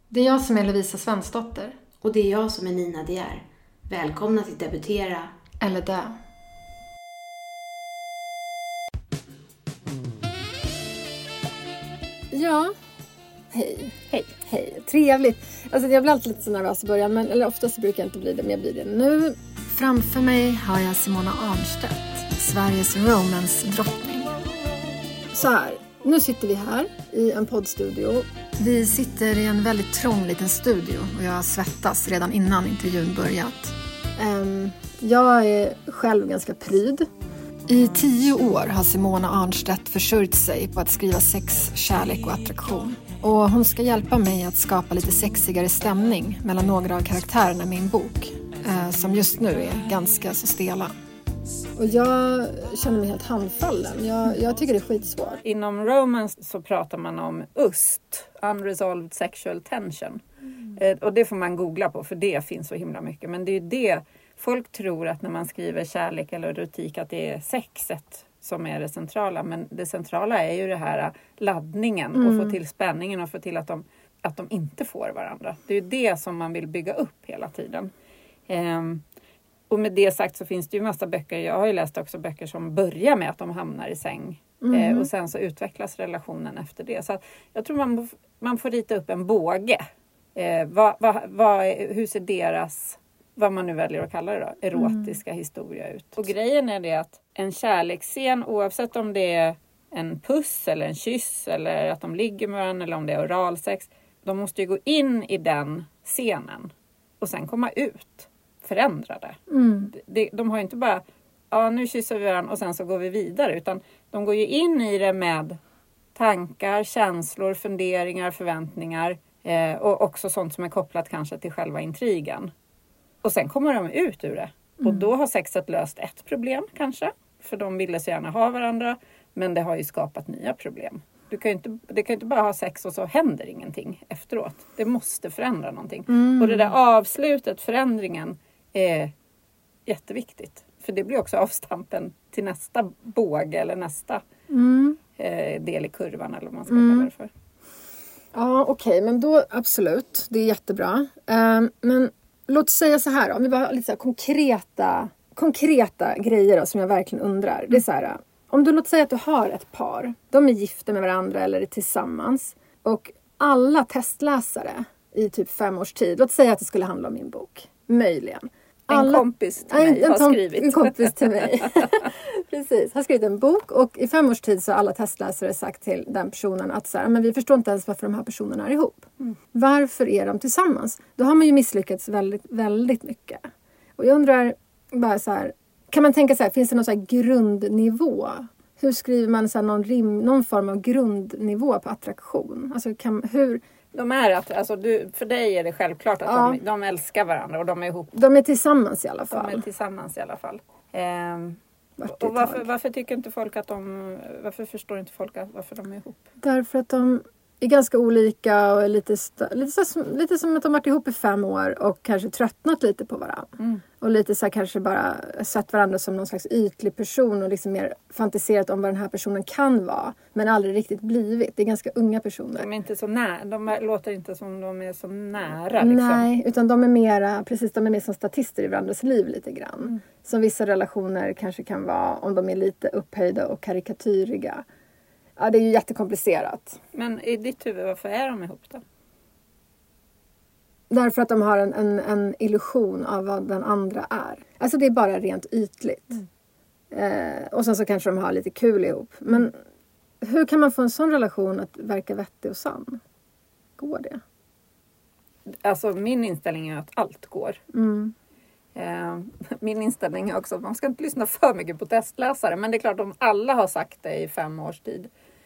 Det är jag som är Lovisa Svensdotter. Och det är jag som är Nina Dier. Välkomna till Debutera. Eller dö. Ja, hej. Hej. Trevligt. Alltså jag blir alltid lite så nervös i början, eller oftast brukar jag inte bli det, men jag blir det nu. Framför mig har jag Simona Arnstedt, Sveriges romance-drottning. Så här, nu sitter vi här i en poddstudio. Vi sitter i en väldigt trång liten studio och jag svettas redan innan intervjun börjat. Jag är själv ganska pryd. I 10 år har Simona Arnstedt försörjt sig på att skriva sex, kärlek och attraktion. Och hon ska hjälpa mig att skapa lite sexigare stämning mellan några av karaktärerna i min bok. Som just nu är ganska så stela. Och jag känner mig helt handfallen. Jag tycker det är skitsvårt. Inom romance så pratar man om UST, Unresolved Sexual Tension. Och det får man googla på, för det finns så himla mycket. Men det är det, folk tror att när man skriver kärlek eller erotik att det är sexet som är det centrala. Men det centrala är ju det här laddningen och få till spänningen och få till att de inte får varandra. Det är ju det som man vill bygga upp hela tiden. Och med det sagt så finns det ju massa böcker. Jag har ju läst också böcker som börjar med att de hamnar i säng. Och sen så utvecklas relationen efter det. Så att jag tror man får rita upp en båge. Hur ser deras, vad man nu väljer att kalla det då, erotiska historia ut. Och grejen är det att en kärleksscen, oavsett om det är en puss eller en kyss eller att de ligger med varandra eller om det är oralsex. De måste ju gå in i den scenen och sen komma ut förändrade. De har ju inte bara, nu kysser vi varandra och sen så går vi vidare, utan de går ju in i det med tankar, känslor, funderingar, förväntningar och också sånt som är kopplat kanske till själva intrigen. Och sen kommer de ut ur det. Och då har sexet löst ett problem kanske, för de ville så gärna ha varandra, men det har ju skapat nya problem. Det kan ju inte bara ha sex och så händer ingenting efteråt. Det måste förändra någonting. Och det där avslutet, förändringen, är jätteviktigt. För det blir också avstampen till nästa båge eller nästa del i kurvan eller vad man ska kalla det för. Ja, okej, men då absolut. Det är jättebra. Men låt säga så här då, om vi bara har lite så här konkreta grejer då, som jag verkligen undrar. Det är så här, om du låt säga att du har ett par. De är gifta med varandra eller är tillsammans. Och alla testläsare i typ 5 års tid. Låt säga att det skulle handla om min bok. Möjligen. En kompis till mig har skrivit. En kompis till mig. Precis. Har skrivit en bok. Och i 5 års tid så har alla testläsare sagt till den personen att så här, men vi förstår inte ens varför de här personerna är ihop. Varför är de tillsammans? Då har man ju misslyckats väldigt, väldigt mycket. Och jag undrar bara så här, kan man tänka så här, finns det någon så här grundnivå? Hur skriver man så här någon form av grundnivå på attraktion? Alltså hur... För dig är det självklart att de älskar varandra och de är ihop. De är tillsammans i alla fall. Och varför tycker inte folk varför förstår inte folk varför de är ihop? Därför att de är ganska olika och är lite som att de varit ihop i 5 år och kanske tröttnat lite på varandra. Och lite så här kanske bara sett varandra som någon slags ytlig person och liksom mer fantiserat om vad den här personen kan vara, men aldrig riktigt blivit. Det är ganska unga personer. De är inte så nära, de låter inte som de är så nära liksom. Nej, utan de är mer som statister i varandras liv lite grann. Som vissa relationer kanske kan vara om de är lite upphöjda och karikatyriga. Ja, det är ju jättekomplicerat. Men i ditt huvud, varför är de ihop då? Därför att de har en illusion av vad den andra är. Alltså det är bara rent ytligt. Och sen så kanske de har lite kul ihop. Men hur kan man få en sån relation att verka vettig och sann? Går det? Alltså min inställning är att allt går. Min inställning är också att man ska inte lyssna för mycket på testläsare. Men det är klart, om alla har sagt det i 5 års tid.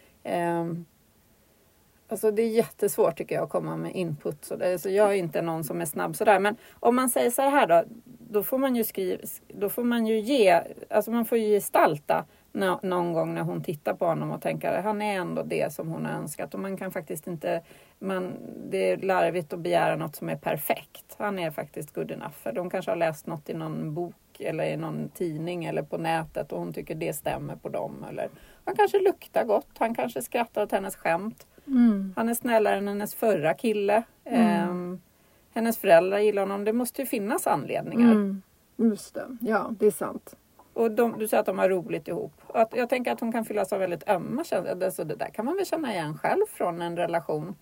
Alltså det är jättesvårt tycker jag att komma med input. Så jag är inte någon som är snabb sådär. Men om man säger så här då får man ju gestalta någon gång när hon tittar på honom och tänker att han är ändå det som hon har önskat. Och man kan faktiskt inte, det är larvigt att begära något som är perfekt. Han är faktiskt good enough. För de kanske har läst något i någon bok eller i någon tidning eller på nätet och hon tycker det stämmer på dem. Eller han kanske luktar gott, han kanske skrattar åt hennes skämt. Han är snällare än hennes förra kille. Hennes föräldrar gillar honom. Det måste ju finnas anledningar. Just det. Ja, det är sant. Och du säger att de har roligt ihop. Och jag tänker att hon kan fyllas av väldigt ömma känslor. Så det där kan man väl känna igen själv från en relation.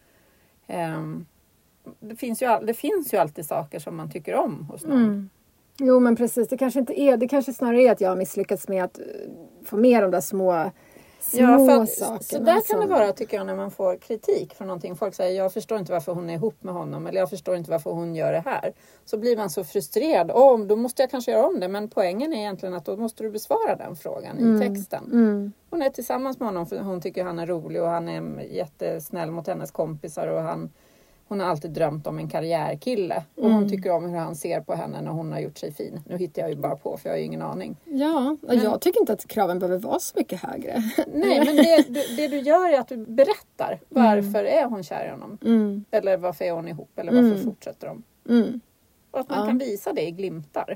Det finns ju alltid saker som man tycker om hos någon. Jo, men precis. Det kanske inte är. Det kanske snarare är att jag har misslyckats med att få med de där små sakerna. Så där kan det vara, tycker jag, när man får kritik för någonting. Folk säger, jag förstår inte varför hon är ihop med honom. Eller jag förstår inte varför hon gör det här. Så blir man så frustrerad. Då måste jag kanske göra om det. Men poängen är egentligen att då måste du besvara den frågan i texten. Hon är tillsammans med honom för hon tycker han är rolig. Och han är jättesnäll mot hennes kompisar. Och hon har alltid drömt om en karriärkille. Och hon tycker om hur han ser på henne när hon har gjort sig fin. Nu hittar jag ju bara på för jag har ju ingen aning. Ja, och jag tycker inte att kraven behöver vara så mycket högre. Nej, men det du gör är att du berättar. Varför är hon kär i honom? Eller varför är hon ihop? Eller varför fortsätter de? Och att man kan visa det i glimtar.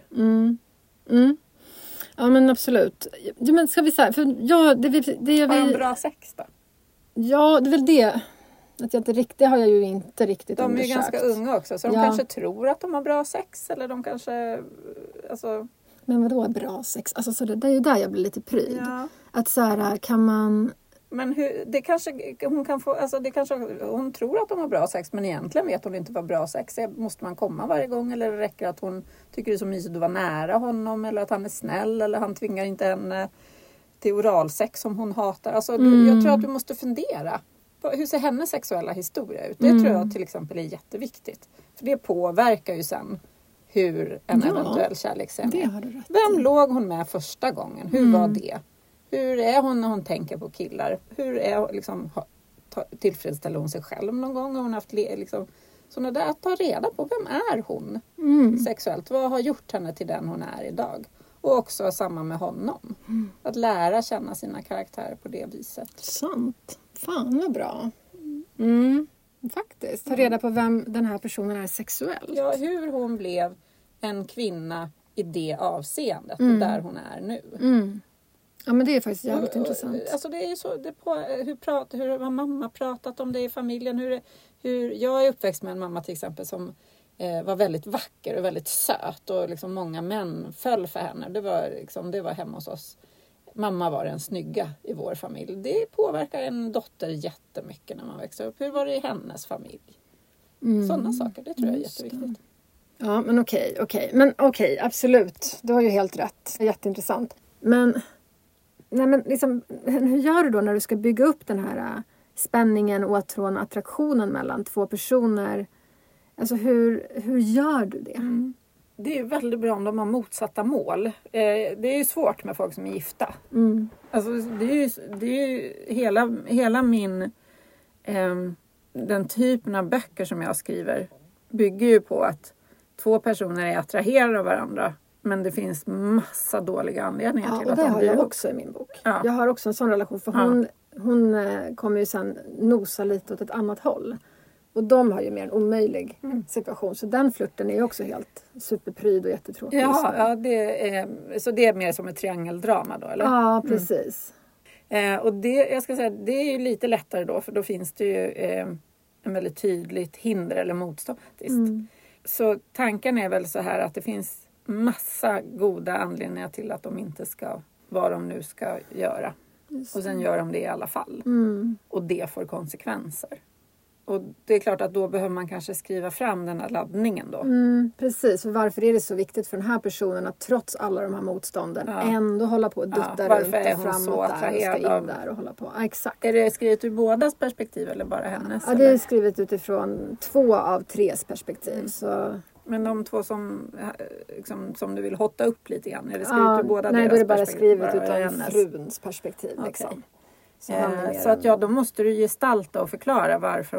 Ja, men absolut. Ja, men ska vi säga, för Har de bra sex då? Ja, det är väl det. Att jag inte riktigt har jag ju inte riktigt de undersökt. De är ganska unga också. Så de kanske tror att de har bra sex. Eller de kanske... Alltså... Men vadå är bra sex? Alltså, så det är ju där jag blir lite pryd. Ja. Att så här, kan man... Men det kanske hon kan få... Alltså det kanske, hon tror att de har bra sex. Men egentligen vet hon inte vad bra sex är. Måste man komma varje gång? Eller det räcker att hon tycker det är så mysigt att vara nära honom? Eller att han är snäll? Eller han tvingar inte henne till oralsex som hon hatar? Alltså, jag tror att du måste fundera. Hur ser hennes sexuella historia ut? Det tror jag till exempel är jätteviktigt. För det påverkar ju sen hur en eventuell kärleksscen är. Vem låg hon med första gången? Hur var det? Hur är hon när hon tänker på killar? Hur är liksom, tillfredsställer hon sig själv någon gång? Har hon haft liksom, sådana där, att ta reda på vem är hon sexuellt? Vad har gjort henne till den hon är idag? Och också samma med honom. Att lära känna sina karaktärer på det viset. Sant. Fan vad bra. Faktiskt. Ta reda på vem den här personen är sexuellt. Ja, hur hon blev en kvinna i det avseendet. Där hon är nu. Ja, men det är faktiskt jävligt intressant. Alltså det är ju så, hur har mamma pratat om det i familjen? Jag är uppväxt med en mamma till exempel som var väldigt vacker och väldigt söt. Och liksom många män föll för henne. Det var hemma hos oss. Mamma var den snygga i vår familj. Det påverkar en dotter jättemycket när man växer upp. Hur var det i hennes familj? Sådana saker, det tror jag är jätteviktigt. Ja, men okej, absolut. Du har ju helt rätt. Jätteintressant. Men liksom, hur gör du då när du ska bygga upp den här spänningen, åtrån, attraktionen mellan två personer? Alltså hur gör du det? Det är väldigt bra om de har motsatta mål. Det är ju svårt med folk som är gifta. Alltså det är ju hela min... den typen av böcker som jag skriver bygger ju på att två personer är attraherade av varandra. Men det finns massa dåliga anledningar till att de blir ihop. Det har jag också i min bok. Ja. Jag har också en sån relation. För hon kommer ju sen nosa lite åt ett annat håll. Och de har ju mer en omöjlig situation. Så den flirten är ju också helt superpryd och jättetråkig. Ja, så det är mer som ett triangeldrama då, eller? Ja, precis. Och jag ska säga, det är ju lite lättare då. För då finns det ju en väldigt tydligt hinder eller motstånd. Så tanken är väl så här att det finns massa goda anledningar till att de inte ska vad de nu ska göra. Och sen gör de det i alla fall. Och det får konsekvenser. Och det är klart att då behöver man kanske skriva fram den här laddningen då. Precis, för varför är det så viktigt för den här personen att trots alla de här motstånden ändå hålla på och dutta runt och framåt där och ska in där och hålla på. Ja, exakt. Är det skrivet ur bådas perspektiv eller bara hennes? Ja, det är skrivet utifrån 2 av 3 perspektiv. Så... Men de 2 som du vill hotta upp lite grann, är det skrivet ur båda deras perspektiv? Nej, då är det bara skrivet utan fruns perspektiv. Okay. Liksom. Så att då måste du gestalta och förklara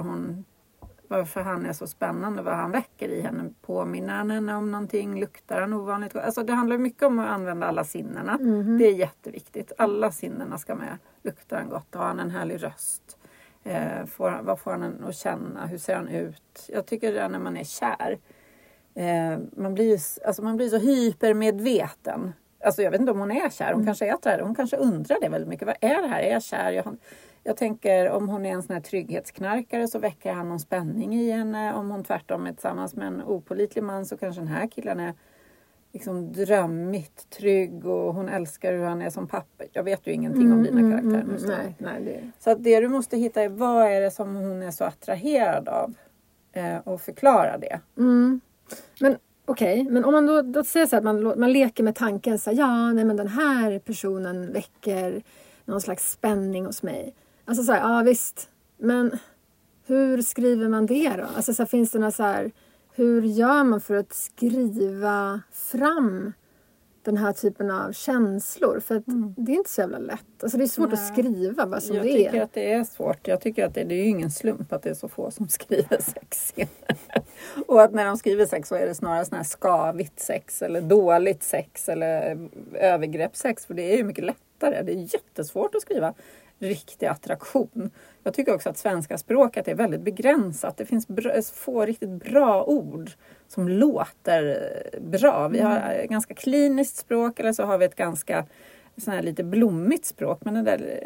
varför han är så spännande, vad han väcker i henne. Påminner han henne om någonting? Luktar han ovanligt? Alltså det handlar mycket om att använda alla sinnena. Det är jätteviktigt. Alla sinnena ska med. Luktar han gott? Har han en härlig röst? Vad får han att känna? Hur ser han ut? Jag tycker det när man är kär. Man blir så hypermedveten. Alltså jag vet inte om hon är kär. Hon kanske är kär. Hon kanske undrar det väldigt mycket. Vad är det här? Är jag kär? Jag tänker om hon är en sån här trygghetsknarkare så väcker han någon spänning i henne. Om hon tvärtom är tillsammans med en opålitlig man så kanske den här killen är liksom drömmigt trygg och hon älskar hur han är som pappa. Jag vet ju ingenting om dina karaktärer. Nej. Så att det du måste hitta är vad är det som hon är så attraherad av och förklara det. Men okej, men om man då säger så att man leker med tanken så här, men den här personen väcker någon slags spänning hos mig. Alltså så här, visst. Men hur skriver man det då? Alltså så här, finns det några så här, hur gör man för att skriva fram den här typen av känslor? För att det är inte så jävla lätt. Alltså det är svårt att skriva vad som det är. Jag tycker att det är svårt. Jag tycker att det är ju ingen slump att det är så få som skriver sexscener. Och att när de skriver sex så är det snarare sån här skavigt sex eller dåligt sex eller övergreppssex. För det är ju mycket lättare. Det är jättesvårt att skriva riktig attraktion. Jag tycker också att svenska språket är väldigt begränsat. Det finns få riktigt bra ord som låter bra. Vi har ganska kliniskt språk eller så har vi ett ganska sån här lite blommigt språk. Men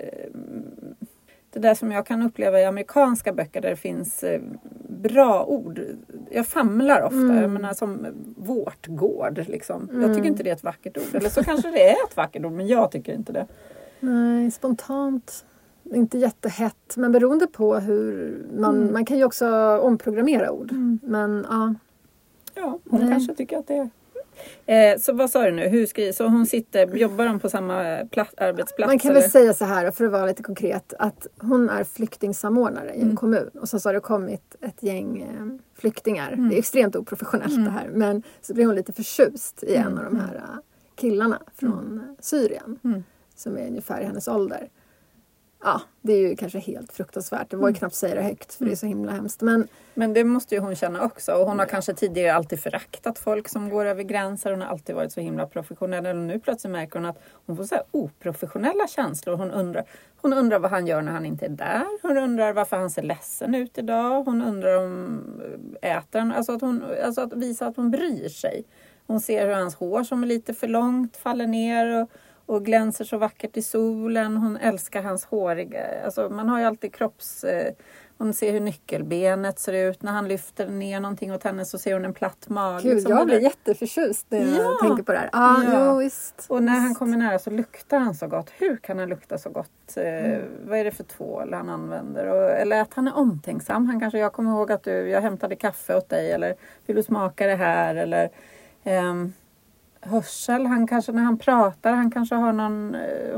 det där som jag kan uppleva i amerikanska böcker där det finns bra ord. Jag famlar ofta. Jag menar som vårtgård liksom. Jag tycker inte det är ett vackert ord. Eller så kanske det är ett vackert ord men jag tycker inte det. Nej, spontant. Inte jättehett. Men beroende på hur man kan ju också omprogrammera ord. Men Ja, hon kanske tycker att det är. Så vad sa du nu? Så hon jobbar de på samma arbetsplats? Man kan väl säga så här, för att vara lite konkret, att hon är flyktingsamordnare i en kommun. Och så har det kommit ett gäng flyktingar. Det är extremt oprofessionellt det här. Men så blir hon lite förtjust i en av de här killarna från Syrien. Som är ungefär i hennes ålder. Ja, det är ju kanske helt fruktansvärt. Det var ju knappt säga det högt för det är så himla hemskt. Men det måste ju hon känna också. Och hon har kanske tidigare alltid föraktat folk som går över gränser. Hon har alltid varit så himla professionell. Och nu plötsligt märker hon att hon får så här oprofessionella känslor. Hon undrar vad han gör när han inte är där. Hon undrar varför han ser ledsen ut idag. Hon undrar om äter. Alltså att visa att hon bryr sig. Hon ser hur hans hår som är lite för långt faller ner och glänser så vackert i solen. Hon älskar hans håriga. Alltså man har ju alltid hon ser hur nyckelbenet ser ut. När han lyfter ner någonting åt henne så ser hon en platt mage. Gud, jag blir jätteförtjust när jag tänker på det här. Jo, visst. Och när han kommer nära så luktar han så gott. Hur kan han lukta så gott? Vad är det för tvål han använder? Eller att han är omtänksam. Jag kommer ihåg att jag hämtade kaffe åt dig. Eller vill du smaka det här? Eller hörsel. Han kanske när han pratar. Han kanske har någon...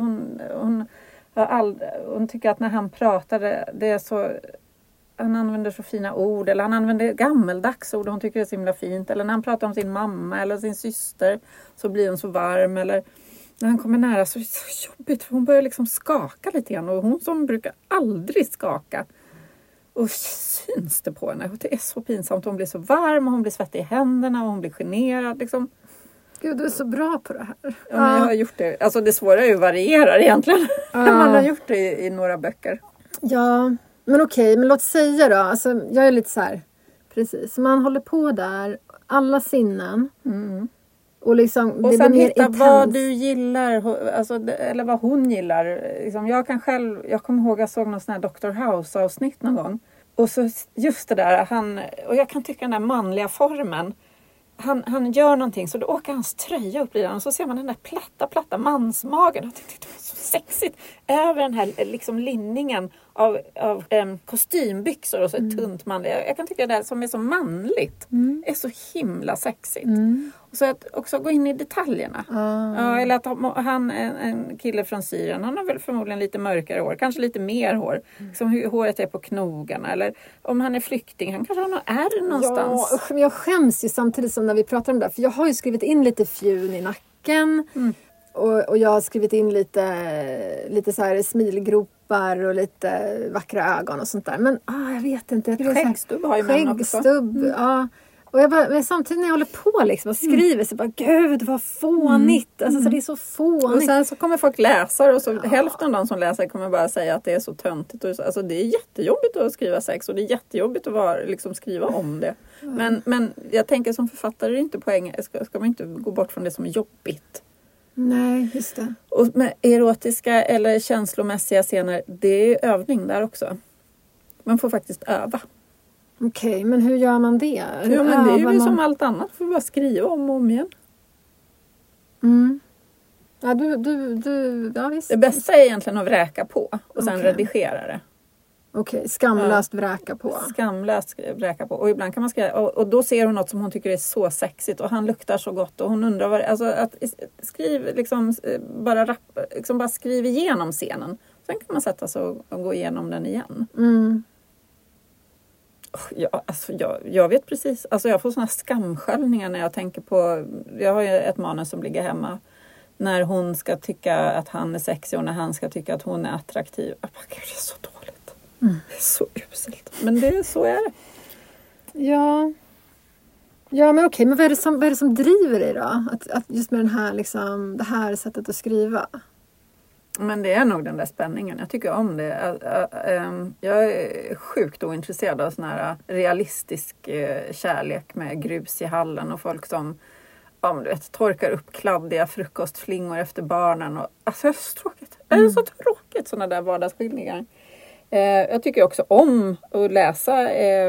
Hon tycker att när han pratar det är så... Han använder så fina ord. Eller han använder gammeldags ord. Hon tycker det är så himla fint. Eller när han pratar om sin mamma eller sin syster. Så blir hon så varm. Eller när han kommer nära så är det så jobbigt. För hon börjar liksom skaka lite grann. Och hon som brukar aldrig skaka. Och syns det på henne. Och det är så pinsamt. Hon blir så varm. Och hon blir svettig i händerna. Och hon blir generad liksom. Gud, du är så bra på det här. Ja, men jag har gjort det. Alltså det svåra är ju varierar egentligen. Man har gjort det i några böcker. Ja, men okej. Men låt säga då. Alltså, jag är lite så här. Precis. Man håller på där. Alla sinnen. Och liksom. Och det sen blir hitta mer vad du gillar. Alltså, eller vad hon gillar. Liksom, jag kommer ihåg att jag såg någon sån här Dr. House-avsnitt någon gång. Och så just det där. Och jag kan tycka den där manliga formen. Han gör någonting så då åker hans tröja upp i den och så ser man den där platta mansmagen. Jag tyckte det var så sexigt. Över den här liksom linningen av kostymbyxor och så ett tunt manligt. Jag kan tycka det där som är så manligt är så himla sexigt. Och så att också gå in i detaljerna. Ja, eller att han en kille från Syrien, han har väl förmodligen lite mörkare hår. Kanske lite mer hår. Liksom hur håret är på knogarna. Eller om han är flykting, han kanske har något ärr någonstans. Ja, men jag skäms ju samtidigt som när vi pratar om det. För jag har ju skrivit in lite fjun i nacken. Och jag har skrivit in lite så här smilgropar och lite vackra ögon och sånt där. Men jag vet inte. Skäggstubb har ju män också. Ja. Och men samtidigt när jag håller på liksom och skriver så bara, gud vad fånigt. Alltså så det är så fånigt. Och sen så kommer folk läsa och så hälften av de som läser kommer bara säga att det är så töntigt. Alltså det är jättejobbigt att skriva sex och det är jättejobbigt att liksom skriva om det. Men jag tänker som författare är det inte poäng. Ska man inte gå bort från det som är jobbigt. Nej, just det. Och med erotiska eller känslomässiga scener, det är övning där också. Man får faktiskt öva. Okej, men hur gör man det? Ja, men det är ju som allt annat. Får bara skriva om och om igen. Mm. Ja, ja, visst. Det bästa är egentligen att vräka på och sen redigera det. Okej, skamlöst vräka på. Skamlöst vräka på. Och ibland kan man skriva, och då ser hon något som hon tycker är så sexigt och han luktar så gott och hon undrar vad, alltså att skriv liksom bara skriv igenom scenen. Sen kan man sätta sig och gå igenom den igen. Mm. Jag vet precis, alltså jag får såna skamsköljningar när jag tänker på, jag har ju ett manus som ligger hemma. När hon ska tycka att han är sexig och när han ska tycka att hon är attraktiv. Jag bara, gud, det är så dåligt. Det är så uselt. Men så är det. Ja, men okej. Men vad är det som driver dig då? Att just med den här, liksom, det här sättet att skriva? Men det är nog den där spänningen. Jag tycker om det. Jag är sjukt ointresserad av sån här realistisk kärlek med grus i hallen och folk som torkar upp kladdiga frukostflingor efter barnen. Och, alltså det är så tråkigt. Det är så tråkigt sådana där vardagsskildringar. Jag tycker också om att läsa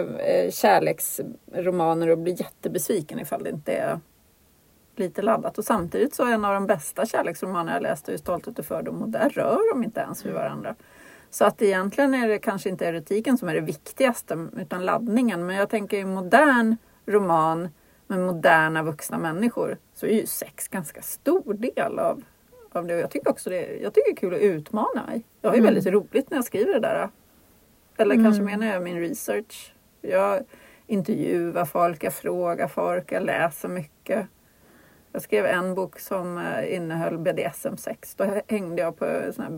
kärleksromaner och bli jättebesviken ifall det inte är lite laddat. Och samtidigt så är en av de bästa kärleksromaner jag läste är Stolthet och fördom och där rör de inte ens vid varandra. Så att egentligen är det kanske inte erotiken som är det viktigaste utan laddningen. Men jag tänker i modern roman med moderna vuxna människor så är ju sex ganska stor del av det. Jag tycker också det är kul att utmana mig. Jag har ju väldigt roligt när jag skriver det där. Eller kanske menar jag min research. Jag intervjuar folk, jag frågar folk, jag läser mycket. Jag skrev en bok som innehöll BDSM-sex. Då hängde jag på en sån här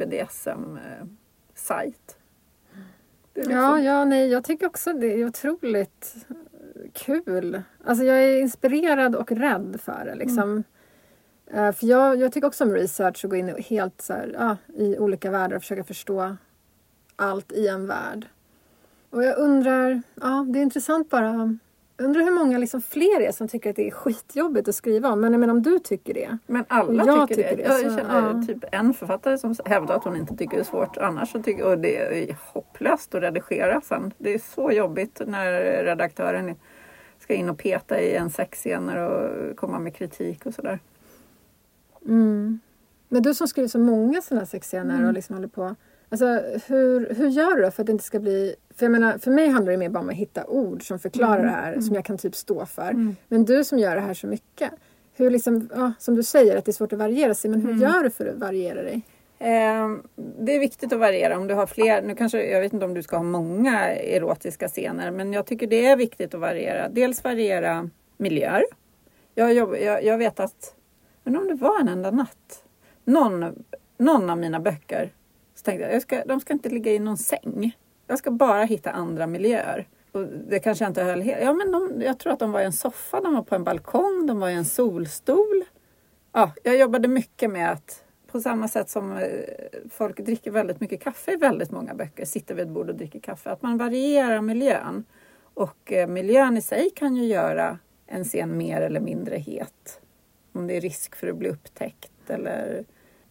BDSM-sajt. Liksom... Jag tycker också det är otroligt kul. Alltså jag är inspirerad och rädd för det liksom. För jag tycker också om research och gå in helt så här, i olika världar och försöka förstå allt i en värld. Och jag undrar, det är intressant bara. Jag undrar hur många liksom fler är som tycker att det är skitjobbigt att skriva om. Men jag menar om du tycker det. Men alla tycker det. Jag så, känner typ en författare som hävdar att hon inte tycker det är svårt. Annars så och det är hopplöst att redigera sen. Det är så jobbigt när redaktören ska in och peta i en sexscener och komma med kritik och sådär. Mm. Men du som skriver så många sådana sexscener och liksom håller på. Alltså hur gör du då för att det inte ska bli... För jag menar, för mig handlar det mer bara om att hitta ord som förklarar det här som jag kan typ stå för. Men du som gör det här så mycket. Hur liksom, som du säger att det är svårt att variera sig. Men hur gör du för att variera dig? Det är viktigt att variera om du har fler. Nu kanske, jag vet inte om du ska ha många erotiska scener. Men jag tycker det är viktigt att variera. Dels variera miljöer. Jag vet att, men om det var en enda natt. Någon av mina böcker. Så tänkte jag, de ska inte ligga i någon säng. Jag ska bara hitta andra miljöer. Och det kanske jag inte höll helt. Ja, men jag tror att de var i en soffa, de var på en balkong, de var i en solstol. Ja, jag jobbade mycket med att på samma sätt som folk dricker väldigt mycket kaffe i väldigt många böcker, sitter vid ett bord och dricker kaffe. Att man varierar miljön. Och miljön i sig kan ju göra en scen mer eller mindre het. Om det är risk för att bli upptäckt eller...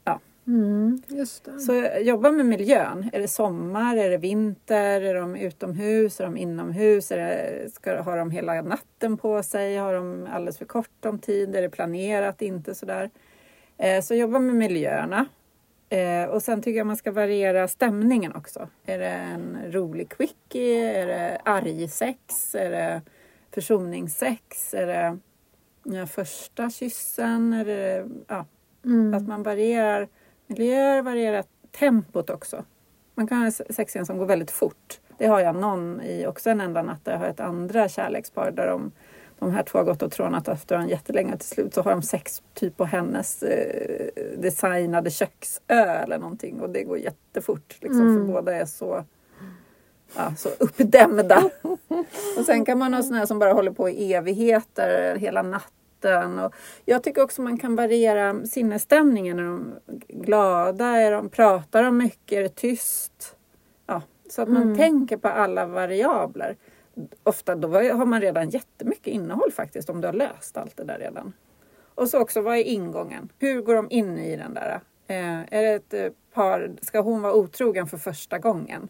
Just det. Så jobba med miljön. Är det sommar? Är det vinter? Är de utomhus? Är de inomhus? Har de hela natten på sig? Har de alldeles för kort om tid? Är det planerat? Inte sådär. Så jobba med miljöerna. Och sen tycker jag man ska variera stämningen också. Är det en rolig quickie? Är det arg sex? Är det försoningssex? Är det första kyssen? Är det, att man varierar miljöer, varierar tempot också. Man kan ha en sexscen som går väldigt fort. Det har jag någon i också en enda natt där jag har ett andra kärlekspar där de här två har gått och trånat efter en jättelänge. Till slut så har de sex typ på hennes designade köksö eller någonting. Och det går jättefort liksom, för båda är så uppdämda. Och sen kan man ha såna här som bara håller på i evigheter hela natten. Och jag tycker också man kan variera sinnesstämningen. Är de glada? Pratar de mycket? Är det tyst? Ja, så att man tänker på alla variabler. Ofta då har man redan jättemycket innehåll faktiskt om du har löst allt det där redan. Och så också, vad är ingången? Hur går de in i den där? Är det ett par, ska hon vara otrogen för första gången?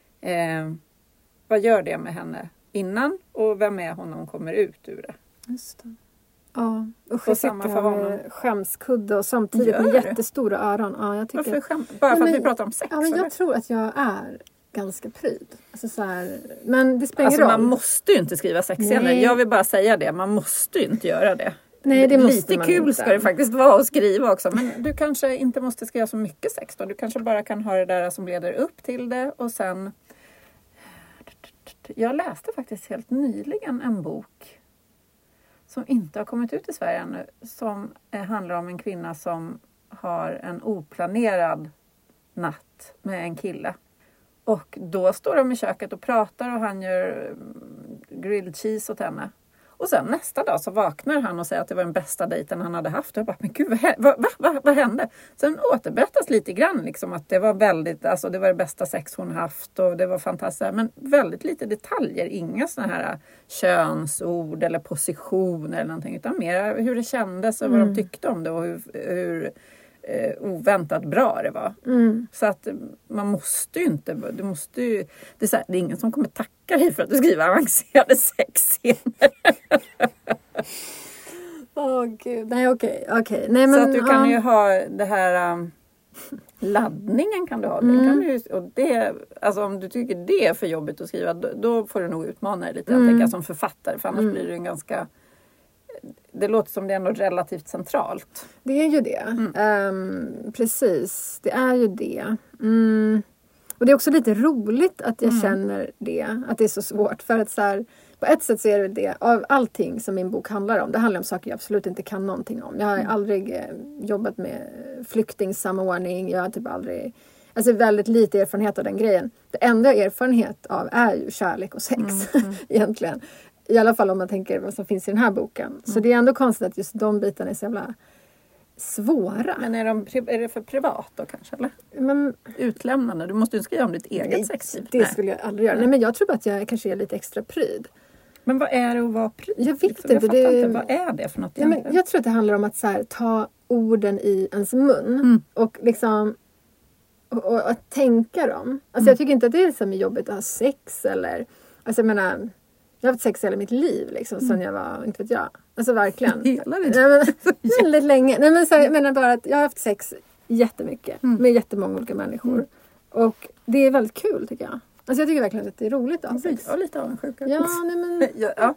Vad gör det med henne innan? Och vem är hon när hon kommer ut ur det? Just det. Ja, och Och samma för honom. Skämskudde och samtidigt med jättestora öron. Ja, jag tycker... Varför bara för att vi pratar om sex? Ja, men jag tror att jag är ganska pryd. Alltså så här, men det spelar ingen roll. Man måste ju inte skriva sexscener. Jag vill bara säga det. Man måste ju inte göra det. Nej, det måste lite man kul inte. ska det faktiskt vara att skriva också. Men du kanske inte måste skriva så mycket sex då. Du kanske bara kan ha det där som leder upp till det. Och sen... Jag läste faktiskt helt nyligen en bok som inte har kommit ut i Sverige ännu. Som handlar om en kvinna som har en oplanerad natt med en kille. Och då står de i köket och pratar och han gör grilled cheese åt henne. Och sen nästa dag så vaknar han och säger att det var den bästa dejten han hade haft. Och jag bara, men gud, vad hände? Sen återberättas lite grann liksom att det var väldigt, alltså det var det bästa sex hon haft och det var fantastiskt. Men väldigt lite detaljer, inga såna här könsord eller position eller någonting. Utan mer hur det kändes och vad de tyckte om det och hur oväntat bra det var. Så att man måste ju inte, det är så här, det är ingen som kommer tacka dig för att du skriver avancerade sexscener. Gud, nej okej. Nej, men, så att du kan ju ha det här laddningen kan du ha. Den kan du, och det, alltså om du tycker det är för jobbigt att skriva, då får du nog utmana dig lite. Jag tänker som författare, för annars blir det en ganska... Det låter som det är ändå relativt centralt. Det är ju det. Precis, det är ju det. Och det är också lite roligt att jag känner det. Att det är så svårt. För att så här, på ett sätt så är det av allting som min bok handlar om. Det handlar om saker jag absolut inte kan någonting om. Jag har aldrig jobbat med flyktingsamordning. Jag har typ aldrig... Alltså väldigt lite erfarenhet av den grejen. Det enda erfarenhet av är ju kärlek och sex. Egentligen. I alla fall om man tänker vad som finns i den här boken. Så det är ändå konstigt att just de bitarna är så jävla svåra. Men är det för privat då kanske? Eller? Men, utlämnande? Du måste ju skriva om ditt eget sexliv. Det skulle jag aldrig göra. Nej, men jag tror bara att jag kanske är lite extra pryd. Men vad är det att vara pryd? Jag vet inte. Inte. Vad är det för något egentligen? Men jag tror att det handlar om att så här, ta orden i ens mun. Och liksom... Och att tänka dem. Alltså jag tycker inte att det är så jobbigt att ha sex eller... Alltså jag menar... Jag har haft sex hela mitt liv liksom, sen jag var, inte vet jag. Alltså verkligen. Väldigt länge. Nej, men så här, jag menar bara att jag har haft sex jättemycket. Med jättemånga olika människor. Och det är väldigt kul tycker jag. Alltså jag tycker verkligen att det är roligt att ha sex. Jag är lite avundsjuk. Ja, nej men... Ja.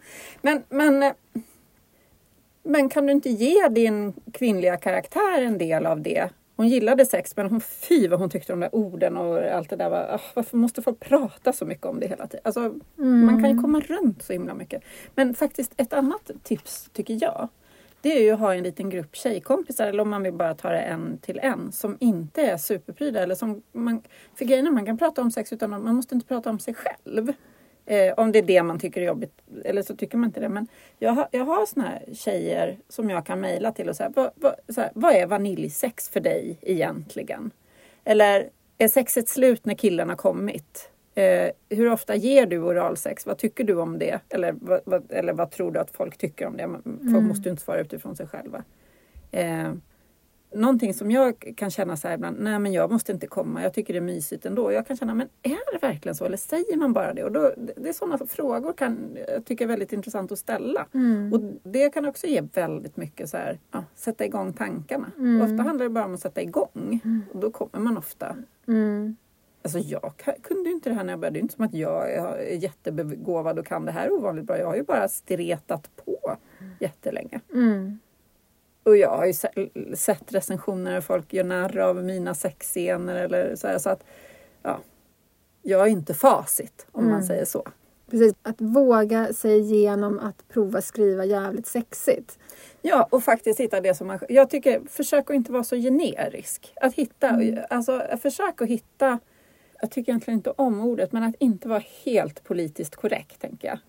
Men kan du inte ge din kvinnliga karaktär en del av det? Hon gillade sex, men vad hon tyckte om de där orden och allt det där. Varför måste folk prata så mycket om det hela tiden? Alltså, man kan ju komma runt så himla mycket. Men faktiskt ett annat tips tycker jag. Det är ju att ha en liten grupp tjejkompisar. Eller om man vill bara ta det en till en. Som inte är superpryda. Eller som för grejen är man kan prata om sex utan man måste inte prata om sig själv. Om det är det man tycker är jobbigt. Eller så tycker man inte det. Men jag har såna här tjejer som jag kan mejla till och säga. Vad är vaniljsex för dig egentligen? Eller är sexet slut när killen har kommit? Hur ofta ger du oralsex? Vad tycker du om det? Eller vad tror du att folk tycker om det? Folk måste ju inte svara utifrån sig själva. Någonting som jag kan känna så här ibland, nej men jag måste inte komma, jag tycker det är mysigt ändå. Jag kan känna, men är det verkligen så? Eller säger man bara det? Och då, det är sådana frågor jag tycker är väldigt intressant att ställa. Och det kan också ge väldigt mycket så här, sätta igång tankarna. Ofta handlar det bara om att sätta igång. Och då kommer man ofta. Alltså jag kunde ju inte det här när jag började. Det är inte som att jag är jättebegåvad och kan det här ovanligt bra. Jag har ju bara stretat på jättelänge. Och jag har ju sett recensioner där folk gör narr av mina sexscener eller så här. Så att, jag är inte facit om man säger så. Precis, att våga sig igenom att prova skriva jävligt sexigt. Ja, och faktiskt hitta det som man... Jag tycker, försök att inte vara så generisk. Att hitta, försök att hitta... Jag tycker egentligen inte om ordet, men att inte vara helt politiskt korrekt, tänker jag.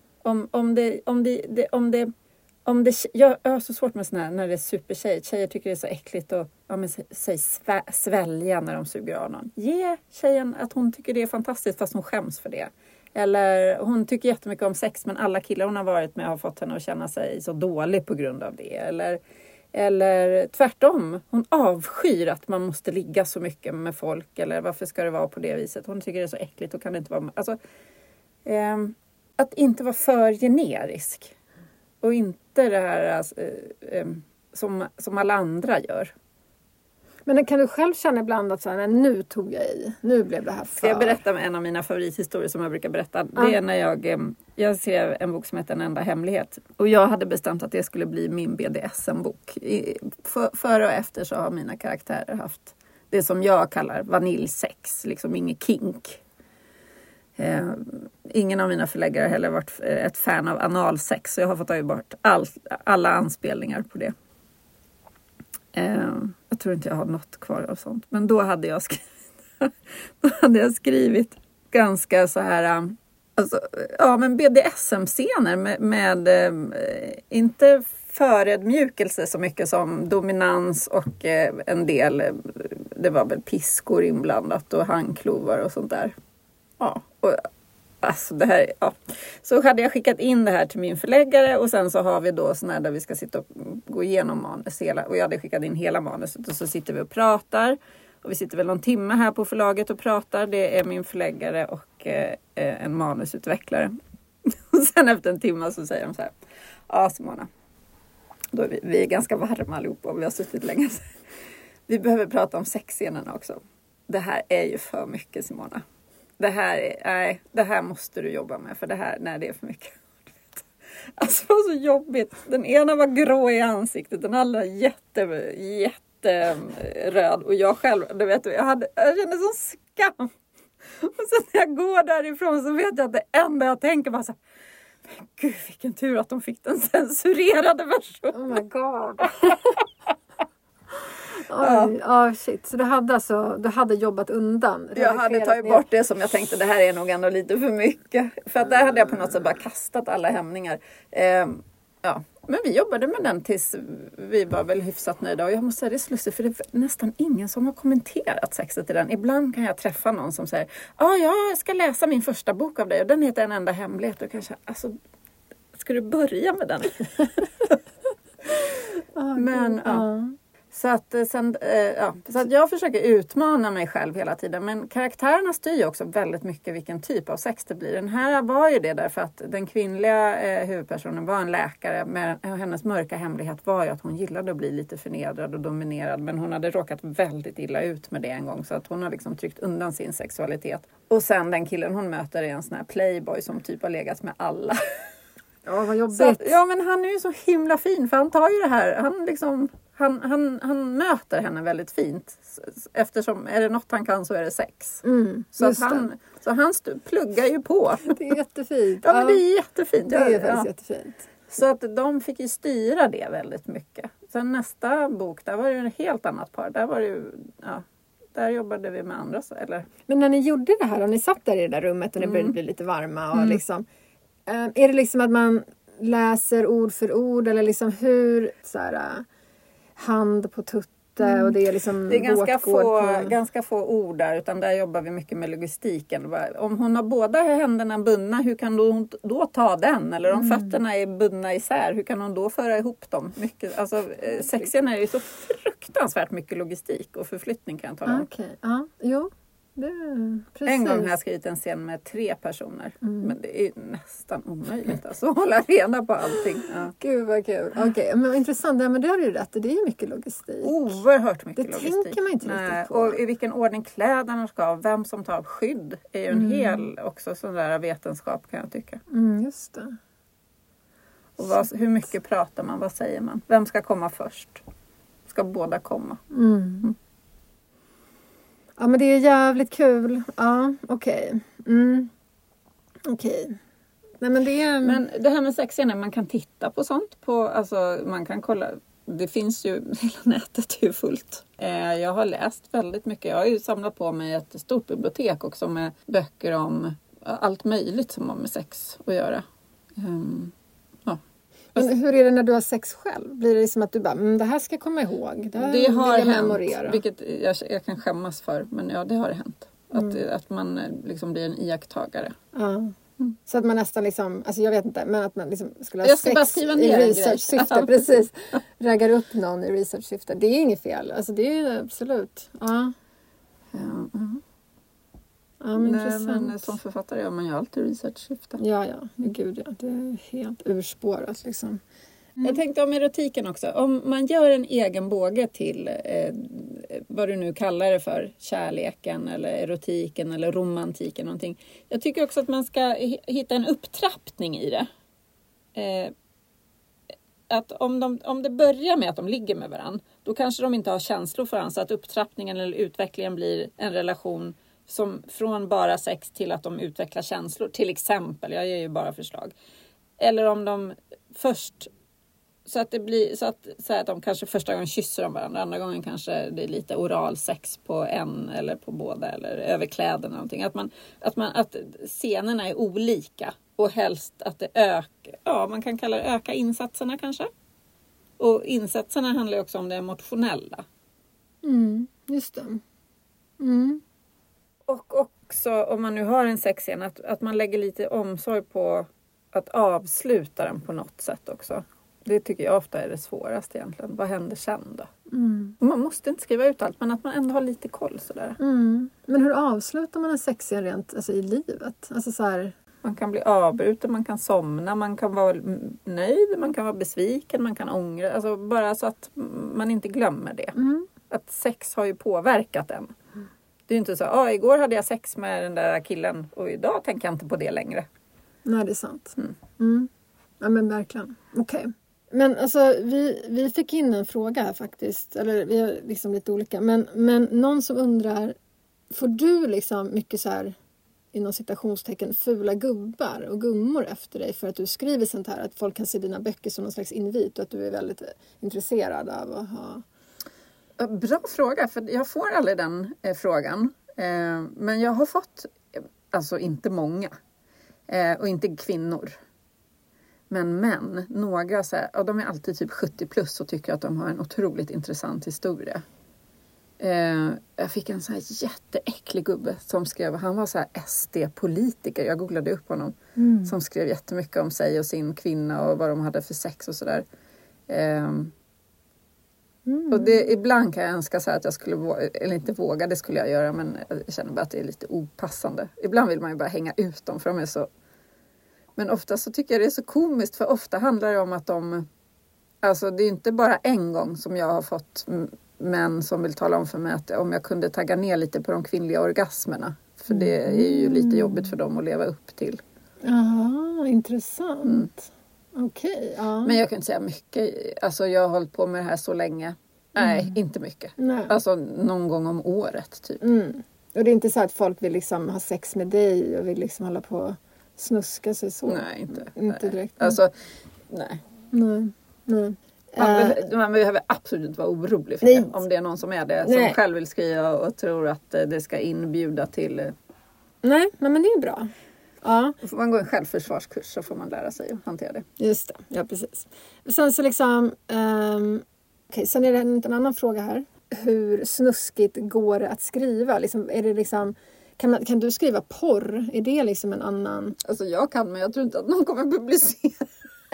Jag har så svårt med sådana här, när det är supertjejigt. Tjejer tycker det är så äckligt att svälja när de suger av någon. Ge tjejen att hon tycker det är fantastiskt fast hon skäms för det. Eller hon tycker jättemycket om sex men alla killar hon har varit med har fått henne att känna sig så dålig på grund av det. Eller Eller tvärtom, hon avskyr att man måste ligga så mycket med folk. Eller varför ska det vara på det viset? Hon tycker det är så äckligt och kan det inte vara... Alltså, att inte vara för generisk. Och inte det här som alla andra gör. Men kan du själv känna ibland att så här, nu tog jag i, nu blev det här för... Ska jag berätta om en av mina favorithistorier som jag brukar berätta? Det är när jag skrev en bok som heter En enda hemlighet. Och jag hade bestämt att det skulle bli min BDSM-bok. Före och efter så har mina karaktärer haft det som jag kallar vaniljsex. Liksom inget kink. Ingen av mina förläggare har heller varit ett fan av analsex. Så jag har fått ta bort alla anspelningar på det. Jag tror inte jag har något kvar av sånt. Men då hade jag skrivit ganska så här... Alltså, ja, men BDSM-scener med inte förödmjukelse så mycket som dominans och en del... Det var väl piskor inblandat och handklovar och sånt där. Ja, och alltså det här, ja. Så hade jag skickat in det här till min förläggare och sen så har vi då sån här där vi ska sitta och gå igenom manus och jag hade skickat in hela manuset och så sitter vi och pratar och vi sitter väl någon timme här på förlaget och pratar. Det är min förläggare och en manusutvecklare. Och sen efter en timme så säger de så här: ja, Simona, då är vi är ganska varma allihopa och vi har suttit länge. Vi behöver prata om sexscenerna också. Det här är ju för mycket, Simona. Det här måste du jobba med, för det är för mycket. Alltså det var så jobbigt. Den ena var grå i ansiktet, den andra jätteröd. Och jag själv, jag kände sån skam. Och sen när jag går därifrån så vet jag att det enda jag tänker bara så här: men gud, vilken tur att de fick den censurerade versionen. Oh my god. Shit. Så du hade jobbat undan? Jag hade tagit bort det som jag tänkte, det här är nog ändå lite för mycket. För att där hade jag på något sätt bara kastat alla hämningar. Men vi jobbade med den tills vi var väl hyfsat nöjda. Och jag måste säga, det är slussigt, för det är nästan ingen som har kommenterat sexet i den. Ibland kan jag träffa någon som säger: jag ska läsa min första bok av dig och den heter En enda hemlighet. Och kanske, alltså, ska du börja med den? Men Så att jag försöker utmana mig själv hela tiden. Men karaktärerna styr ju också väldigt mycket vilken typ av sex det blir. Den här var ju det därför att den kvinnliga huvudpersonen var en läkare. Men hennes mörka hemlighet var ju att hon gillade att bli lite förnedrad och dominerad. Men hon hade råkat väldigt illa ut med det en gång. Så att hon har liksom tryckt undan sin sexualitet. Och sen den killen hon möter är en sån här playboy som typ har legat med alla. Ja, vad jobbigt. Så, men han är ju så himla fin, för han tar ju det här. Han möter henne väldigt fint. Eftersom är det något han kan så är det sex. Så han pluggar ju på. Det är jättefint. Ja, men det är jättefint. Det är faktiskt jättefint. Så att de fick ju styra det väldigt mycket. Sen nästa bok, där var det ju ett helt annat par. Där var det ju, där jobbade vi med andra. Eller? Men när ni gjorde det här, och ni satt där i det där rummet och ni började bli lite varma och liksom... Är det liksom att man läser ord för ord eller liksom hur så här, hand på tutte och det är liksom det är ganska få ord där, utan där jobbar vi mycket med logistiken. Om hon har båda händerna bundna, hur kan hon då ta den? Eller om fötterna är bundna isär, hur kan hon då föra ihop dem? Mycket, alltså sexen är ju så fruktansvärt mycket logistik och förflyttning, kan jag tala om. Okej, ja, jo. En gång har jag skrivit en scen med 3 personer. Men det är nästan omöjligt att hålla reda på allting. Ja. Gud vad kul. Okej, men intressant. Men det har du ju rätt. Det är ju mycket logistik. Oerhört mycket logistik. Det tänker man inte riktigt på. Och i vilken ordning kläderna ska ha. Vem som tar skydd är ju en hel också sån där vetenskap, kan jag tycka. Just det. Och hur mycket pratar man? Vad säger man? Vem ska komma först? Ska båda komma? Ja, men det är jävligt kul. Ja, okej. Okej. Nej, men det här med sexscener, man kan titta på sånt. Alltså, man kan kolla. Det finns ju, hela nätet är ju fullt. Jag har läst väldigt mycket. Jag har ju samlat på mig ett stort bibliotek också med böcker om allt möjligt som har med sex att göra. Men hur är det när du har sex själv? Blir det som att du bara, det här ska jag komma ihåg. Det har jag hänt, memorera. vilket jag kan skämmas för. Men ja, det har hänt. Att man liksom blir en iakttagare. Så att man nästan liksom, alltså jag vet inte, men att man liksom skulle ha Jag ska bara sex skriva i ner en grej. research-syfte. Precis. Raggar upp någon i research-syfte. Det är inget fel. Alltså det är absolut. Ja. Ja, men intressant. Men som författare gör man ju alltid research-syfte. Ja. Gud ja. Det är helt urspårat liksom. Jag tänkte om erotiken också. Om man gör en egen båge till vad du nu kallar det för, kärleken eller erotiken eller romantiken någonting. Jag tycker också att man ska hitta en upptrappning i det. Att om det börjar med att de ligger med varandra, då kanske de inte har känslor för varandra, så att upptrappningen eller utvecklingen blir en relation som från bara sex till att de utvecklar känslor. Till exempel, jag ger ju bara förslag. Eller om de först... Så att det blir så att de kanske första gången kysser om varandra, andra gången kanske det är lite oral sex på en eller på båda eller över kläderna någonting. Att scenerna är olika och helst att det man kan kalla det öka insatserna kanske. Och insatserna handlar också om det emotionella. Just det. Och också om man nu har en sexscen att man lägger lite omsorg på att avsluta den på något sätt också. Det tycker jag ofta är det svåraste egentligen. Vad händer sen då? Och man måste inte skriva ut allt, men att man ändå har lite koll sådär. Men hur avslutar man en sexscen rent alltså, i livet? Alltså så här... Man kan bli avbruten, man kan somna, man kan vara nöjd, man kan vara besviken, man kan ångra. Alltså bara så att man inte glömmer det. Att sex har ju påverkat en. Det är ju inte så, igår hade jag sex med den där killen och idag tänker jag inte på det längre. Nej, det är sant. Ja, men verkligen. Okej. Men alltså, vi fick in en fråga här faktiskt. Eller vi är liksom lite olika. Men någon som undrar, får du liksom mycket så här, inom citationstecken, fula gubbar och gummor efter dig för att du skriver sånt här? Att folk kan se dina böcker som någon slags invit och att du är väldigt intresserad av att ha... Bra fråga, för jag får aldrig den frågan. Men jag har fått, alltså inte många. Och inte kvinnor. Men några så här, och de är alltid typ 70 plus och tycker att de har en otroligt intressant historia. Jag fick en så här jätteäcklig gubbe som skrev, han var så här SD-politiker, jag googlade upp honom, som skrev jättemycket om sig och sin kvinna och vad de hade för sex och sådär. Och ibland kan jag önska så här att jag skulle eller inte våga, det skulle jag göra, men jag känner bara att det är lite opassande. Ibland vill man ju bara hänga ut dem för de är så... Men ofta så tycker jag det är så komiskt, för ofta handlar det om att alltså det är inte bara en gång som jag har fått män som vill tala om för mig att om jag kunde tagga ner lite på de kvinnliga orgasmerna. För det är ju lite jobbigt för dem att leva upp till. Jaha, intressant. Okej, ja. Men jag kan inte säga mycket. Alltså jag har hållit på med det här så länge. Nej, inte mycket. Nej. Alltså någon gång om året typ. Och det är inte så att folk vill liksom ha sex med dig och vill liksom hålla på och snuska sig så? Nej, inte direkt. Alltså, nej. Man behöver absolut inte vara orolig för det. Om det är någon som är det, som själv vill skriva och tror att det ska inbjuda till... Nej, men det är bra. Ja. Då får man gå en självförsvarskurs så får man lära sig att hantera det. Just det, ja precis. Sen så liksom... sen är det en annan fråga här. Hur snuskigt går det att skriva? Liksom, är det liksom... Kan du skriva porr? Är det liksom en annan... Alltså jag kan, men jag tror inte att någon kommer publicera.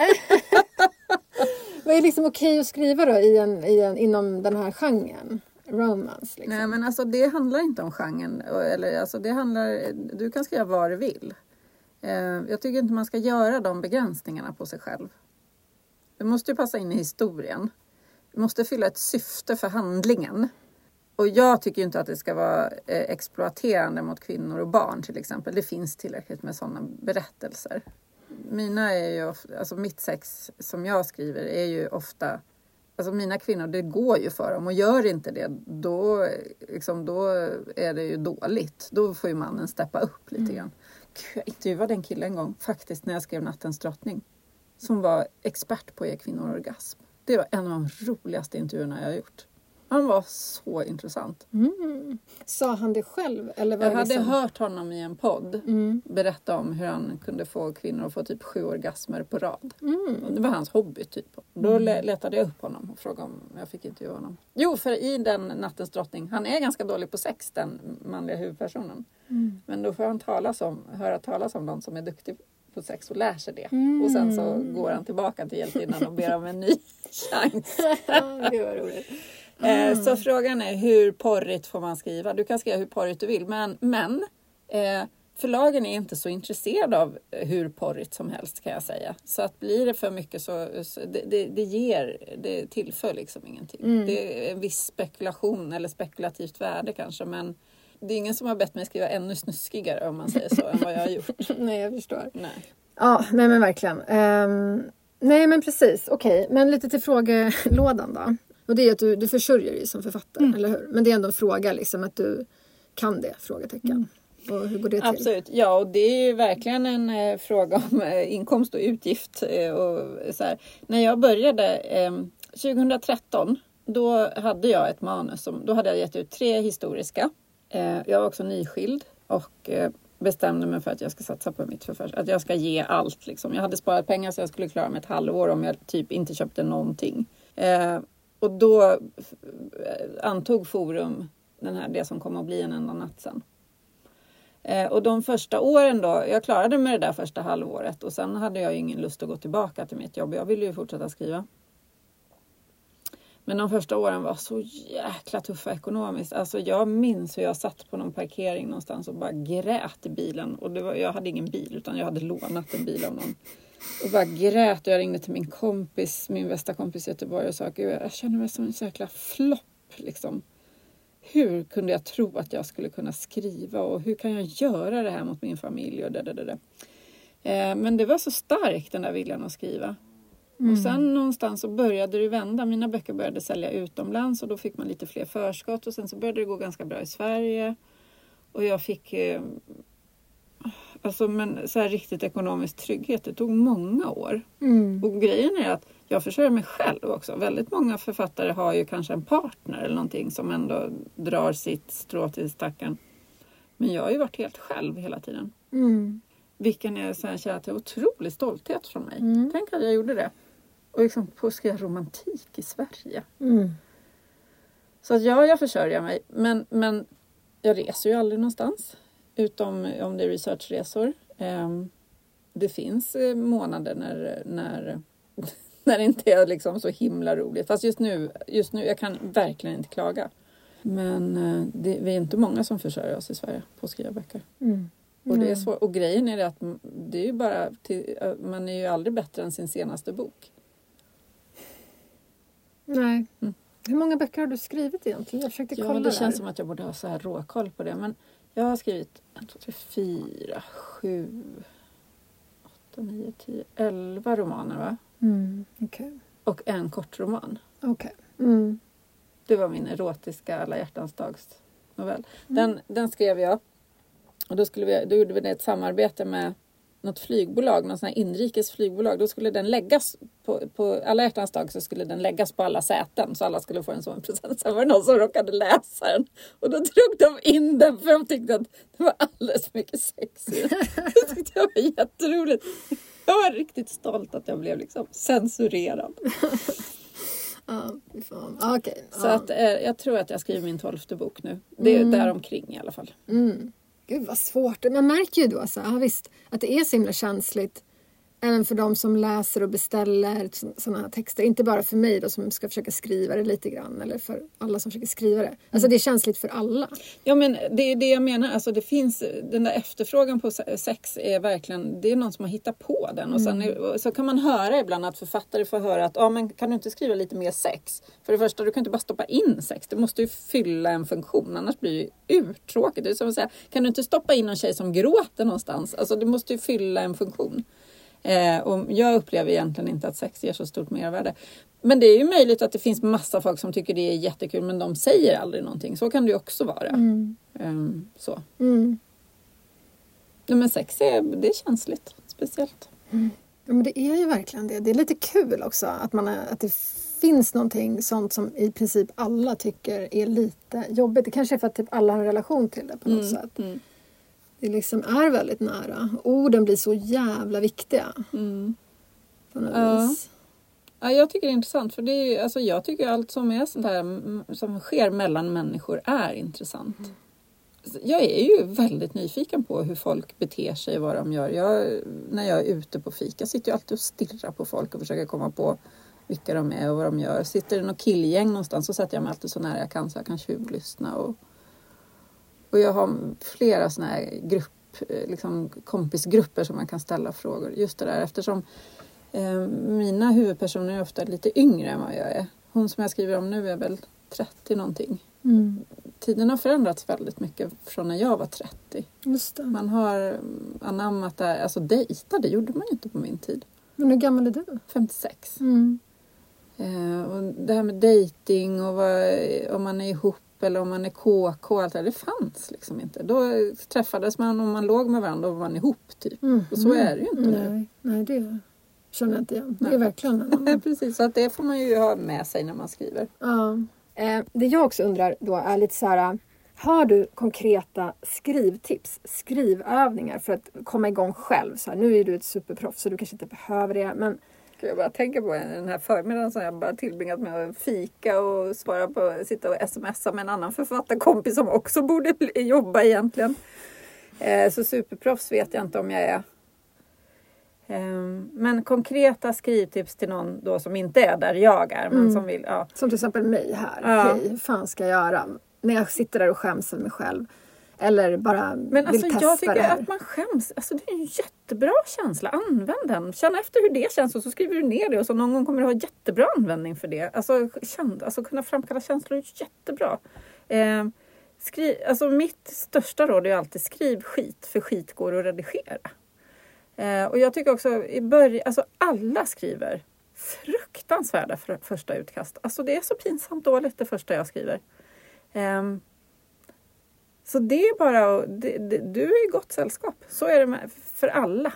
Vad är liksom okej att skriva då inom den här genren? Romance liksom. Nej, men alltså det handlar inte om genren. Eller, alltså, du kan skriva vad du vill. Jag tycker inte man ska göra de begränsningarna på sig själv. Det måste ju passa in i historien. Det måste fylla ett syfte för handlingen. Och jag tycker inte att det ska vara exploaterande mot kvinnor och barn till exempel. Det finns tillräckligt med sådana berättelser. Mina är ju ofta, alltså mitt sex som jag skriver är ju ofta, alltså mina kvinnor, det går ju för dem och gör inte det, då är det ju dåligt. Då får ju mannen steppa upp lite grann. Jag intervjuade en kille en gång faktiskt när jag skrev Nattens drottning som var expert på att ge kvinnor orgasm. Det var en av de roligaste intervjuerna jag har gjort. Han var så intressant. Sa han det själv? Eller var Jag det hade liksom... hört honom i en podd berätta om hur han kunde få kvinnor att få typ 7 orgasmer på rad. Och det var hans hobby typ. Då letade jag upp honom och frågade om jag fick intervjua honom. Jo, för i den Nattens drottning, han är ganska dålig på sex, den manliga huvudpersonen. Men då får han höra talas om någon som är duktig på sex och lär sig det. Och sen så går han tillbaka till hjältinnan och ber om en ny chans. Det var roligt. Så frågan är, hur porrigt får man skriva? Du kan skriva hur porrigt du vill. Men förlagen är inte så intresserade av hur porrigt som helst, kan jag säga. Så att blir det för mycket så det tillför liksom ingenting. Det är en viss spekulation eller spekulativt värde kanske. Men det är ingen som har bett mig skriva ännu snuskigare, om man säger så, än vad jag har gjort. Nej, jag förstår. Nej. Ja, nej men verkligen. Nej men precis, okej. Men lite till frågelådan då. Och det är att du försörjer dig som författare, eller hur? Men det är ändå en fråga liksom, att du kan det, frågetecken. Och hur går det till? Absolut, ja, och det är ju verkligen en fråga om inkomst och utgift. Och så här. När jag började 2013, då hade jag ett manus. Då hade jag gett ut 3 historiska. Jag var också nyskild och bestämde mig för att jag ska satsa på mitt författarskap. Att jag ska ge allt. Liksom. Jag hade sparat pengar så jag skulle klara mig ett halvår om jag typ inte köpte någonting. Och då antog Forum det som kommer att bli en enda natt sen. Och de första åren då, jag klarade mig det där första halvåret. Och sen hade jag ju ingen lust att gå tillbaka till mitt jobb. Jag ville ju fortsätta skriva. Men de första åren var så jäkla tuffa ekonomiskt. Alltså jag minns hur jag satt på någon parkering någonstans och bara grät i bilen. Och jag hade ingen bil, utan jag hade lånat en bil av någon. Och bara grät, och jag ringde till min bästa kompis i Göteborg och sa, Gud, jag känner mig som en så jäkla flopp liksom. Hur kunde jag tro att jag skulle kunna skriva, och hur kan jag göra det här mot min familj och det. Men det var så starkt, den där viljan att skriva. Och sen någonstans så började det vända. Mina böcker började sälja utomlands och då fick man lite fler förskott. Och sen så började det gå ganska bra i Sverige. Och jag fick så här riktigt ekonomisk trygghet. Det tog många år. Och grejen är att jag försörjer mig själv också. Väldigt många författare har ju kanske en partner eller någonting som ändå drar sitt strå till stacken. Men jag har ju varit helt själv hela tiden. Vilken är så här, känner till otrolig stolthet från mig. Tänk att jag gjorde det. Och liksom på att skriva romantik i Sverige. Så att jag försörjer mig. Men jag reser ju aldrig någonstans. Utom om det är researchresor. Det finns månader när det inte är liksom så himla roligt. Fast just nu, jag kan verkligen inte klaga. Men vi är inte många som försörjer oss i Sverige på att skriva böcker. Och det är svårt. Och grejen är det att det är ju bara man är ju aldrig bättre än sin senaste bok. Nej. Hur många böcker har du skrivit egentligen? Jag försökte kolla det känns som att jag borde ha så här råkoll på det. Men jag har skrivit 1, 2, 3, 4, 7, 8, 9, 10, 11 romaner, va? Okay. Och en kortroman. Okej. Det var min erotiska alla hjärtans dags novell. Den skrev jag. Och då gjorde vi ett samarbete med något flygbolag, något sån här inrikes flygbolag. Då skulle den läggas på alla hjärtans dag, så skulle den läggas på alla säten, så alla skulle få en sån present. Sen var det någon som råkade läsa den. Och då drog de in den, för de tyckte att det var alldeles mycket sex. Det tyckte jag var jätteroligt. Jag var riktigt stolt att jag blev liksom censurerad. Okay. Så att jag tror att jag skriver min 12:e bok nu. Det är där omkring i alla fall. Gud vad svårt. Man märker ju då visst, att det är så himla känsligt. Även för de som läser och beställer sådana här texter. Inte bara för mig då som ska försöka skriva det lite grann. Eller för alla som försöker skriva det. Alltså det är känsligt för alla. Ja, men det är det jag menar. Alltså det finns, den där efterfrågan på sex är verkligen, det är någon som har hittat på den. Och sen så kan man höra ibland att författare får höra att men kan du inte skriva lite mer sex? För det första, du kan inte bara stoppa in sex. Det måste ju fylla en funktion. Annars blir det ju uttråkigt. Det är som att säga, kan du inte stoppa in en tjej som gråter någonstans? Alltså det måste ju fylla en funktion. Och jag upplever egentligen inte att sex ger så stort mervärde. Men det är ju möjligt att det finns massa folk som tycker det är jättekul, men de säger aldrig någonting. Så kan det ju också vara. Så. Ja, men sex det är känsligt, speciellt. Ja, men det är ju verkligen det. Det är lite kul också att det finns någonting sånt som i princip alla tycker är lite jobbigt. Det kanske är för att typ alla har en relation till det på något sätt. Det liksom är väldigt nära. Orden blir så jävla viktiga. På något vis. Ja, jag tycker det är intressant. För det är, alltså, jag tycker allt som är sånt här som sker mellan människor är intressant. Jag är ju väldigt nyfiken på hur folk beter sig och vad de gör. När jag är ute på fika sitter jag alltid och stirrar på folk och försöker komma på vilka de är och vad de gör. Sitter det någon killgäng någonstans så sätter jag mig alltid så nära jag kan så jag kan tjuvlyssna. Och jag har flera såna här kompisgrupper som man kan ställa frågor. Just det där, eftersom mina huvudpersoner är ofta lite yngre än vad jag är. Hon som jag skriver om nu är väl 30 någonting. Tiden har förändrats väldigt mycket från när jag var 30. Just det. Man har anammat det här, alltså dejta, det gjorde man ju inte på min tid. Men hur gammal är du? 56. Och det här med dejting och om man är ihop eller om man är KK, allt det fanns liksom inte. Då träffades man och man låg med varandra och var man ihop typ. Och så är det ju inte nu. Nej, det känner jag inte igen. Det är verkligen precis, så att det får man ju ha med sig när man skriver. Ja. Det jag också undrar då är lite så här, har du konkreta skrivtips, skrivövningar för att komma igång själv? Så här, nu är du ett superproffs så du kanske inte behöver det, men jag bara tänker på den här förmiddagen som jag bara tillbringat med att fika och sitta och smsa med en annan författarkompis som också borde jobba egentligen. Så superproffs vet jag inte om jag är. Men konkreta skrivtips till någon då som inte är där jag är. Men som vill, ja. Som till exempel mig här. Hej, hur fan ska jag göra? När jag sitter där och skäms över mig själv. Eller bara men vill alltså, testa jag tycker det här. att man skäms. Alltså, det är en jättebra känsla. Använd den. Känn efter hur det känns och så skriver du ner det. Och så någon gång kommer du ha jättebra användning för det. Alltså kunna framkalla känslor är jättebra. Alltså mitt största råd är alltid skriv skit. För skit går att redigera. Och jag tycker också i början, alltså alla skriver fruktansvärda första utkast. Alltså det är så pinsamt dåligt det första jag skriver. Så det är bara, du är i gott sällskap. Så är det för alla.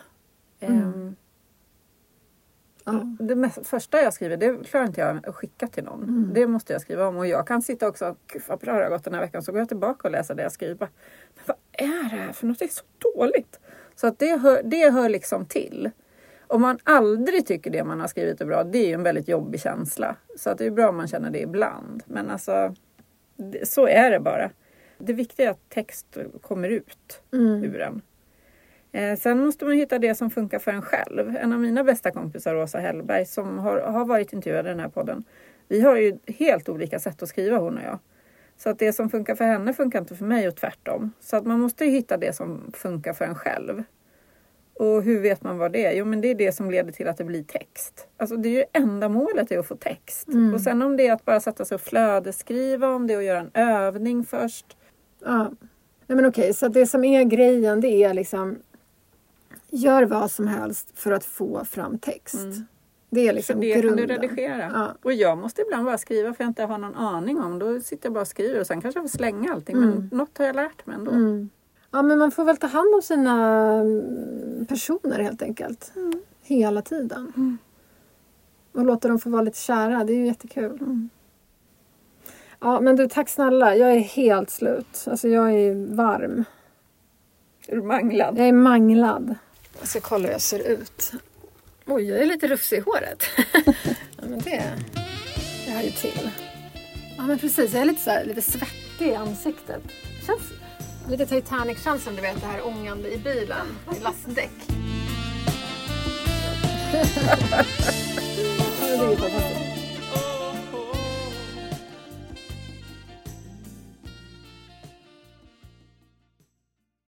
Det första jag skriver, det klarar inte jag att skicka till någon. Det måste jag skriva om. Och jag kan sitta också, gud vad bra det har gått den här veckan. Så går jag tillbaka och läser det jag skriver. Men vad är det här för något? Det är så dåligt. Så att det hör liksom till. Om man aldrig tycker det man har skrivit är bra, det är ju en väldigt jobbig känsla. Så att det är bra om man känner det ibland. Men alltså, så är det bara. Det viktiga är att text kommer ut ur en. Sen måste man hitta det som funkar för en själv. En av mina bästa kompisar, Åsa Hellberg, som har varit intervjuad i den här podden. Vi har ju helt olika sätt att skriva, hon och jag. Så att det som funkar för henne funkar inte för mig och tvärtom. Så att man måste hitta det som funkar för en själv. Och hur vet man vad det är? Jo, men det är det som leder till att det blir text. Alltså det är ju enda målet är att få text. Och sen om det är att bara sätta sig och flödeskriva, om det är att göra en övning först. Ja, nej men okej, så det som är grejen det är liksom gör vad som helst för att få fram text. Det är liksom för det grunden. Kan du redigera. Ja. Och jag måste ibland bara skriva för jag inte har någon aning om. Då sitter jag bara och skriver och sen kanske jag får slänga allting. Men något har jag lärt mig ändå. Ja, men man får väl ta hand om sina personer helt enkelt. Hela tiden. Och låta dem få vara lite kära. Det är ju jättekul. Ja, men du, tack snälla. Jag är helt slut. Alltså jag är varm. Är du manglad? Jag är manglad. Jag ska kolla hur jag ser ut. Oj, jag är lite rufsig i håret. Ja, men det hör ju till. Ja, men precis. Jag är lite, så här, lite svettig i ansiktet. Känns lite Titanic-känslan, du vet, det här ångande i bilen. I lastdäck. Ja, det är fantastiskt.